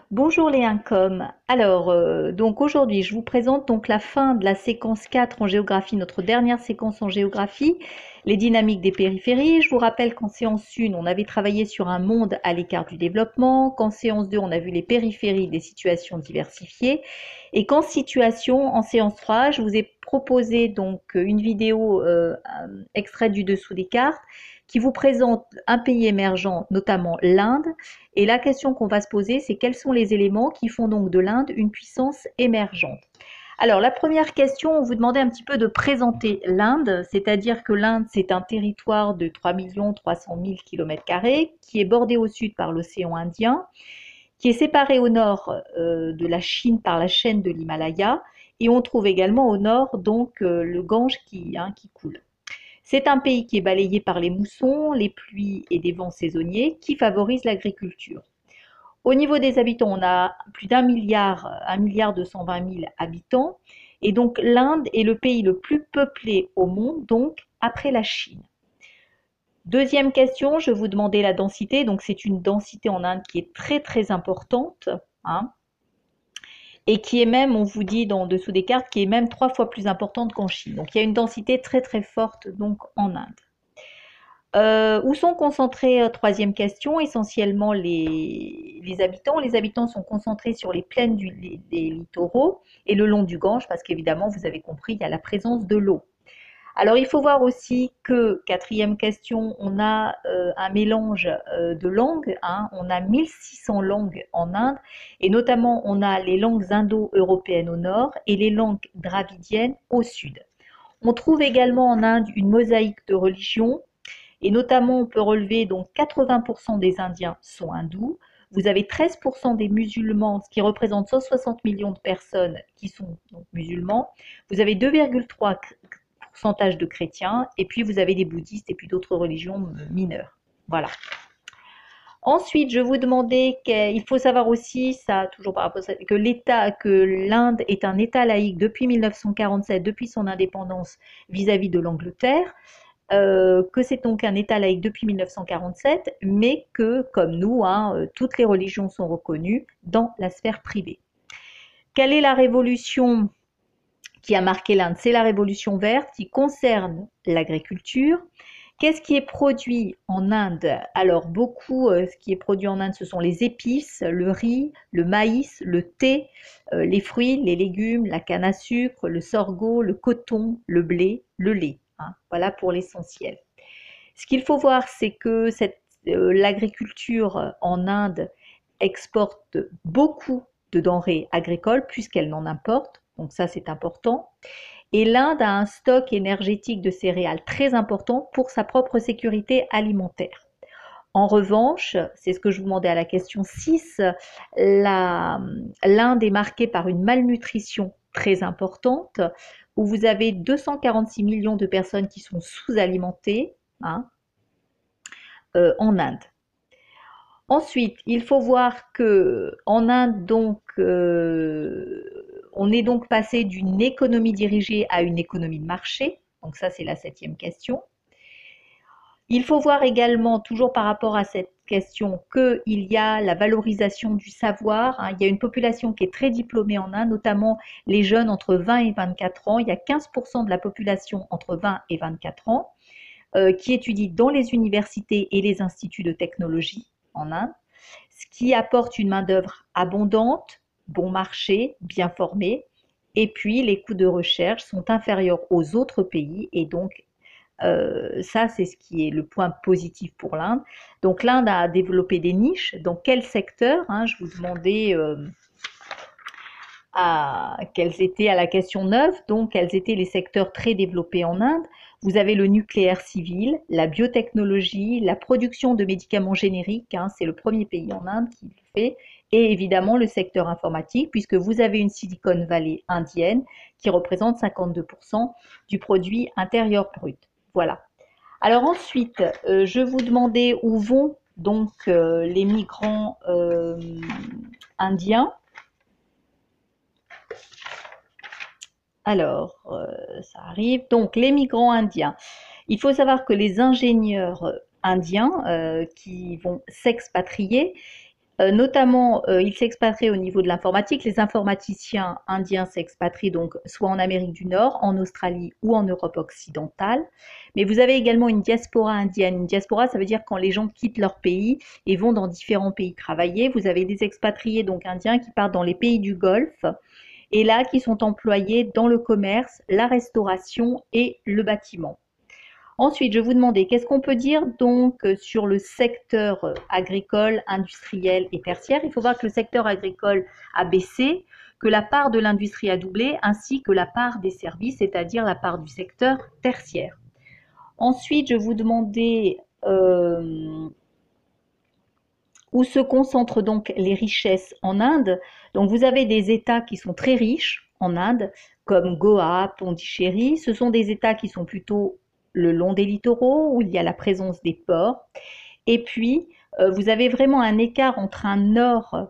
Bonjour les Incoms. Alors, donc aujourd'hui, je vous présente donc la fin de la séquence 4 en géographie, notre dernière séquence en géographie, les dynamiques des périphéries. Je vous rappelle qu'en séance 1, on avait travaillé sur un monde à l'écart du développement, qu'en séance 2, on a vu les périphéries des situations diversifiées, et qu'en situation, en séance 3, je vous ai proposé donc une vidéo extraite du dessous des cartes qui vous présente un pays émergent, notamment l'Inde. Et la question qu'on va se poser, c'est quels sont les éléments qui font donc de l'Inde une puissance émergente. Alors la première question, on vous demandait un petit peu de présenter l'Inde, c'est-à-dire que l'Inde c'est un territoire de 3 300 000 km² qui est bordé au sud par l'océan Indien, qui est séparé au nord de la Chine par la chaîne de l'Himalaya, et on trouve également au nord donc le Gange qui coule. C'est un pays qui est balayé par les moussons, les pluies et des vents saisonniers qui favorisent l'agriculture. Au niveau des habitants, on a plus d'1 milliard 220 000 habitants. Et donc l'Inde est le pays le plus peuplé au monde, donc après la Chine. Deuxième question, je vous demandais la densité. Donc c'est une densité en Inde qui est très très importante, hein, et qui est même, on vous dit dans dessous des cartes, qui est même 3 fois plus importante qu'en Chine. Donc il y a une densité très très forte donc en Inde. Où sont concentrés, troisième question, essentiellement les habitants. Les habitants sont concentrés sur les plaines des littoraux et le long du Gange, parce qu'évidemment, vous avez compris, il y a la présence de l'eau. Alors, il faut voir aussi que, quatrième question, on a un mélange de langues, hein. On a 1600 langues en Inde, et notamment, on a les langues indo-européennes au nord et les langues dravidiennes au sud. On trouve également en Inde une mosaïque de religions, et notamment, on peut relever donc 80% des Indiens sont hindous. Vous avez 13% des musulmans, ce qui représente 160 millions de personnes qui sont donc musulmans. Vous avez 2,3% de chrétiens, et puis vous avez des bouddhistes et puis d'autres religions mineures. Voilà. Ensuite, je vous demandais qu'il faut savoir aussi, ça toujours par rapport à ça, que l'Inde est un État laïque depuis 1947, depuis son indépendance vis-à-vis de l'Angleterre. Que c'est donc un État laïque depuis 1947, mais que, comme nous, hein, toutes les religions sont reconnues dans la sphère privée. Quelle est la révolution qui a marqué l'Inde? C'est la révolution verte qui concerne l'agriculture. Qu'est-ce qui est produit en Inde? Alors beaucoup, ce qui est produit en Inde, ce sont les épices, le riz, le maïs, le thé, les fruits, les légumes, la canne à sucre, le sorgho, le coton, le blé, le lait, hein. Voilà pour l'essentiel. Ce qu'il faut voir, c'est que l'agriculture en Inde exporte beaucoup de denrées agricoles puisqu'elle n'en importe, donc ça c'est important. Et l'Inde a un stock énergétique de céréales très important pour sa propre sécurité alimentaire. En revanche, c'est ce que je vous demandais à la question 6, l'Inde est marquée par une malnutrition très importante, où vous avez 246 millions de personnes qui sont sous-alimentées, hein, en Inde. Ensuite, il faut voir que en Inde, donc, on est donc passé d'une économie dirigée à une économie de marché. Donc ça, c'est la 7e question. Il faut voir également, toujours par rapport à cette question, qu'il y a la valorisation du savoir, hein. Il y a une population qui est très diplômée en Inde, notamment les jeunes entre 20 et 24 ans. Il y a 15% de la population entre 20 et 24 ans qui étudie dans les universités et les instituts de technologie en Inde, ce qui apporte une main-d'œuvre abondante, bon marché, bien formée, et puis les coûts de recherche sont inférieurs aux autres pays, et donc ça c'est ce qui est le point positif pour l'Inde. Donc l'Inde a développé des niches. Dans quel secteur, hein, je vous demandais quels étaient à la question 9, donc quels étaient les secteurs très développés en Inde. Vous avez le nucléaire civil, la biotechnologie, la production de médicaments génériques, hein, c'est le premier pays en Inde qui le fait, et évidemment le secteur informatique, puisque vous avez une Silicon Valley indienne qui représente 52% du produit intérieur brut. Voilà. Alors ensuite, je vous demandais où vont donc les migrants indiens. Alors, ça arrive. Donc, les migrants indiens. Il faut savoir que les ingénieurs indiens qui vont s'expatrier Notamment, ils s'expatrient au niveau de l'informatique. Les informaticiens indiens s'expatrient donc soit en Amérique du Nord, en Australie ou en Europe occidentale. Mais vous avez également une diaspora indienne. Une diaspora, ça veut dire quand les gens quittent leur pays et vont dans différents pays travailler. Vous avez des expatriés donc indiens qui partent dans les pays du Golfe et là qui sont employés dans le commerce, la restauration et le bâtiment. Ensuite, je vous demandais, qu'est-ce qu'on peut dire donc sur le secteur agricole, industriel et tertiaire? Il faut voir que le secteur agricole a baissé, que la part de l'industrie a doublé, ainsi que la part des services, c'est-à-dire la part du secteur tertiaire. Ensuite, je vous demandais où se concentrent donc les richesses en Inde. Donc vous avez des États qui sont très riches en Inde, comme Goa, Pondichéry. Ce sont des États qui sont plutôt le long des littoraux, où il y a la présence des ports. Et puis, vous avez vraiment un écart entre un nord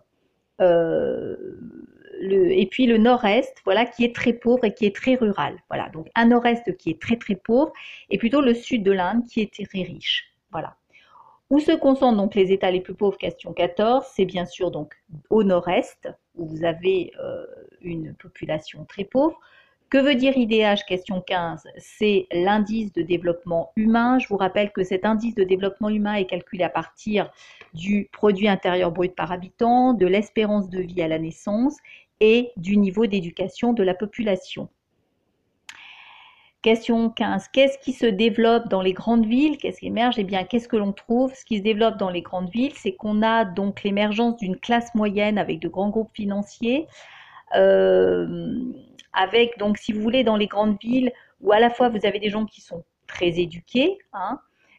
et puis le nord-est, voilà, qui est très pauvre et qui est très rural. Voilà, donc un nord-est qui est très très pauvre, et plutôt le sud de l'Inde qui est très riche. Voilà. Où se concentrent donc les États les plus pauvres, question 14, c'est bien sûr donc au nord-est, où vous avez une population très pauvre. Que veut dire IDH, question 15? C'est l'indice de développement humain. Je vous rappelle que cet indice de développement humain est calculé à partir du produit intérieur brut par habitant, de l'espérance de vie à la naissance et du niveau d'éducation de la population. Question 15. Qu'est-ce qui se développe dans les grandes villes? Qu'est-ce qui émerge? Eh bien, qu'est-ce que l'on trouve? Ce qui se développe dans les grandes villes, c'est qu'on a donc l'émergence d'une classe moyenne avec de grands groupes financiers, avec donc, si vous voulez, dans les grandes villes, où à la fois vous avez des gens qui sont très éduqués, hein,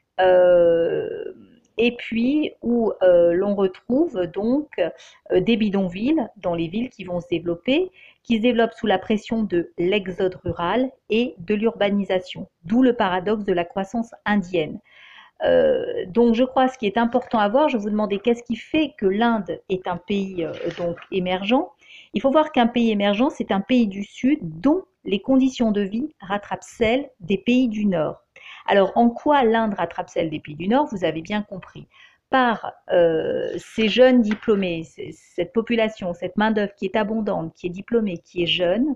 et puis où l'on retrouve donc des bidonvilles dans les villes qui vont se développent sous la pression de l'exode rural et de l'urbanisation, d'où le paradoxe de la croissance indienne. Donc je crois ce qui est important à voir, je vous demandais qu'est-ce qui fait que l'Inde est un pays donc émergent. Il faut voir qu'un pays émergent, c'est un pays du Sud dont les conditions de vie rattrapent celles des pays du Nord. Alors en quoi l'Inde rattrape celles des pays du Nord? Vous avez bien compris. Par ces jeunes diplômés, cette population, cette main-d'œuvre qui est abondante, qui est diplômée, qui est jeune,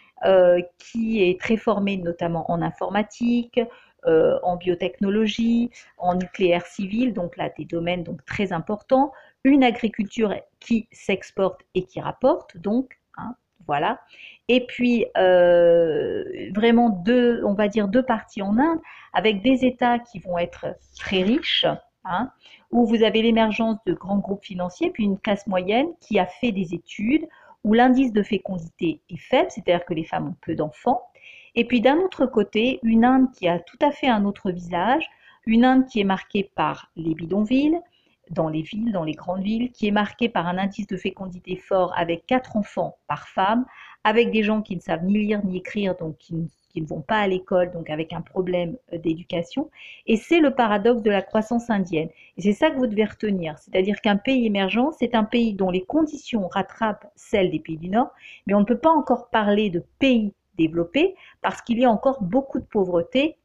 qui est très formée notamment en informatique, en biotechnologie, en nucléaire civil, donc là des domaines donc très importants, une agriculture qui s'exporte et qui rapporte, donc hein, voilà. Et puis vraiment on va dire deux parties en Inde, avec des États qui vont être très riches, hein, où vous avez l'émergence de grands groupes financiers, puis une classe moyenne qui a fait des études, où l'indice de fécondité est faible, c'est-à-dire que les femmes ont peu d'enfants. Et puis d'un autre côté, une Inde qui a tout à fait un autre visage, une Inde qui est marquée par les bidonvilles, dans les villes, dans les grandes villes, qui est marquée par un indice de fécondité fort avec 4 enfants par femme, avec des gens qui ne savent ni lire ni écrire, donc qui ne vont pas à l'école, donc avec un problème d'éducation. Et c'est le paradoxe de la croissance indienne. Et c'est ça que vous devez retenir, c'est-à-dire qu'un pays émergent, c'est un pays dont les conditions rattrapent celles des pays du Nord, mais on ne peut pas encore parler de pays développés parce qu'il y a encore beaucoup de pauvreté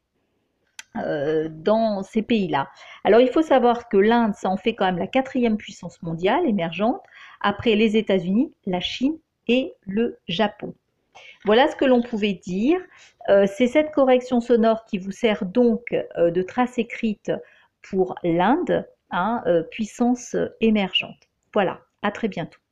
dans ces pays-là. Alors il faut savoir que l'Inde, ça en fait quand même la 4e puissance mondiale émergente, après les États-Unis, la Chine et le Japon. Voilà ce que l'on pouvait dire. C'est cette correction sonore qui vous sert donc de trace écrite pour l'Inde, hein, puissance émergente. Voilà, à très bientôt.